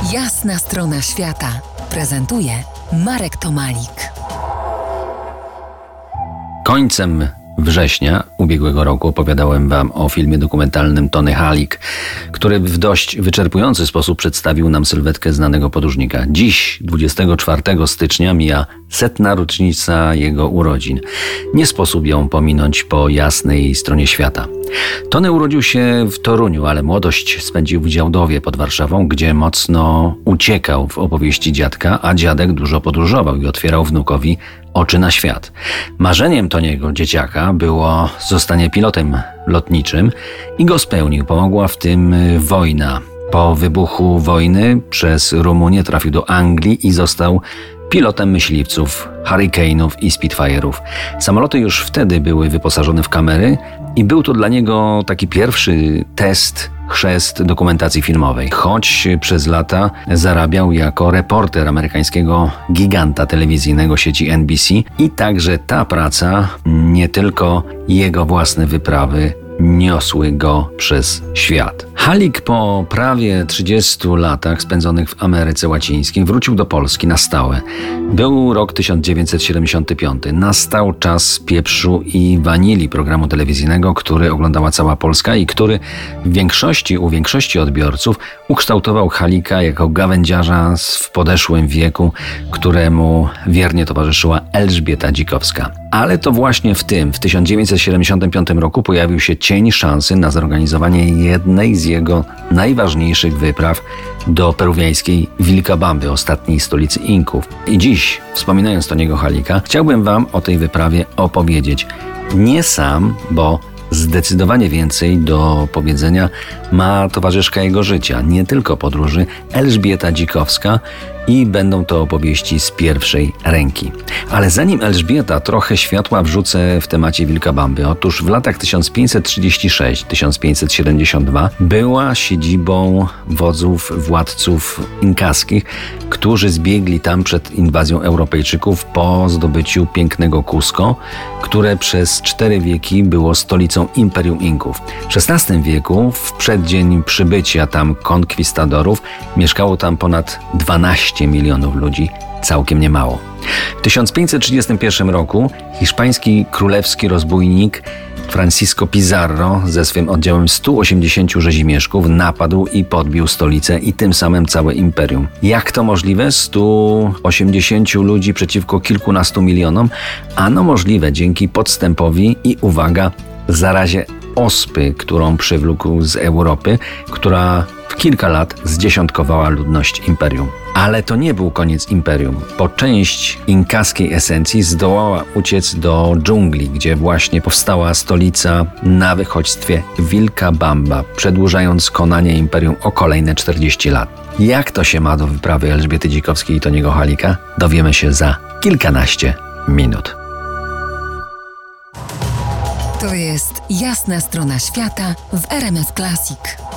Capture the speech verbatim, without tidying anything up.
Jasna strona świata prezentuje Marek Tomalik. Końcem września ubiegłego roku opowiadałem wam o filmie dokumentalnym Tony Halik, który w dość wyczerpujący sposób przedstawił nam sylwetkę znanego podróżnika. Dziś, dwudziestego czwartego stycznia, mija setna rocznica jego urodzin. Nie sposób ją pominąć po jasnej stronie świata. Tony urodził się w Toruniu, ale młodość spędził w Działdowie pod Warszawą, gdzie mocno uciekał w opowieści dziadka, a dziadek dużo podróżował i otwierał wnukowi oczy na świat. Marzeniem Toniego, dzieciaka, było zostanie pilotem lotniczym i go spełnił. Pomogła w tym wojna. Po wybuchu wojny przez Rumunię trafił do Anglii i został pilotem myśliwców, Hurricane'ów i Spitfire'ów. Samoloty już wtedy były wyposażone w kamery i był to dla niego taki pierwszy test, chrzest dokumentacji filmowej. Choć przez lata zarabiał jako reporter amerykańskiego giganta telewizyjnego sieci N B C i także ta praca, nie tylko jego własne wyprawy, niosły go przez świat. Halik po prawie trzydziestu latach spędzonych w Ameryce Łacińskiej wrócił do Polski na stałe. Był rok tysiąc dziewięćset siedemdziesiąty piąty. Nastał czas pieprzu i wanilii programu telewizyjnego, który oglądała cała Polska i który w większości, u większości odbiorców ukształtował Halika jako gawędziarza w podeszłym wieku, któremu wiernie towarzyszyła Elżbieta Dzikowska. Ale to właśnie w tym, w tysiąc dziewięćset siedemdziesiątym piątym roku pojawił się cień szansy na zorganizowanie jednej z jego najważniejszych wypraw do peruwiańskiej Vilcabamby, ostatniej stolicy Inków. I dziś, wspominając Toniego Halika, chciałbym wam o tej wyprawie opowiedzieć. Nie sam, bo zdecydowanie więcej do powiedzenia ma towarzyszka jego życia, nie tylko podróży, Elżbieta Dzikowska, i będą to opowieści z pierwszej ręki. Ale zanim Elżbieta, trochę światła wrzucę w temacie Vilcabamby. Otóż w latach tysiąc pięćset trzydziesty szósty do tysiąc pięćset siedemdziesiątego drugiego była siedzibą wodzów, władców inkaskich, którzy zbiegli tam przed inwazją Europejczyków po zdobyciu pięknego Cusco, które przez cztery wieki było stolicą Imperium Inków. W szesnastym wieku, w przeddzień przybycia tam konkwistadorów, mieszkało tam ponad dwanaście milionów ludzi, całkiem niemało. W tysiąc pięćset trzydziestym pierwszym roku hiszpański królewski rozbójnik Francisco Pizarro ze swym oddziałem stu osiemdziesięciu rzezimieszków napadł i podbił stolicę i tym samym całe imperium. Jak to możliwe? stu osiemdziesięciu ludzi przeciwko kilkunastu milionom? Ano możliwe dzięki podstępowi i, uwaga, zarazie ospy, którą przywlókł z Europy, która w kilka lat zdziesiątkowała ludność imperium. Ale to nie był koniec imperium, bo część inkaskiej esencji zdołała uciec do dżungli, gdzie właśnie powstała stolica na wychodźstwie Vilcabamba, przedłużając konanie imperium o kolejne czterdzieści lat. Jak to się ma do wyprawy Elżbiety Dzikowskiej i Toniego Halika? Dowiemy się za kilkanaście minut. To jest Jasna strona świata w R M F Classic.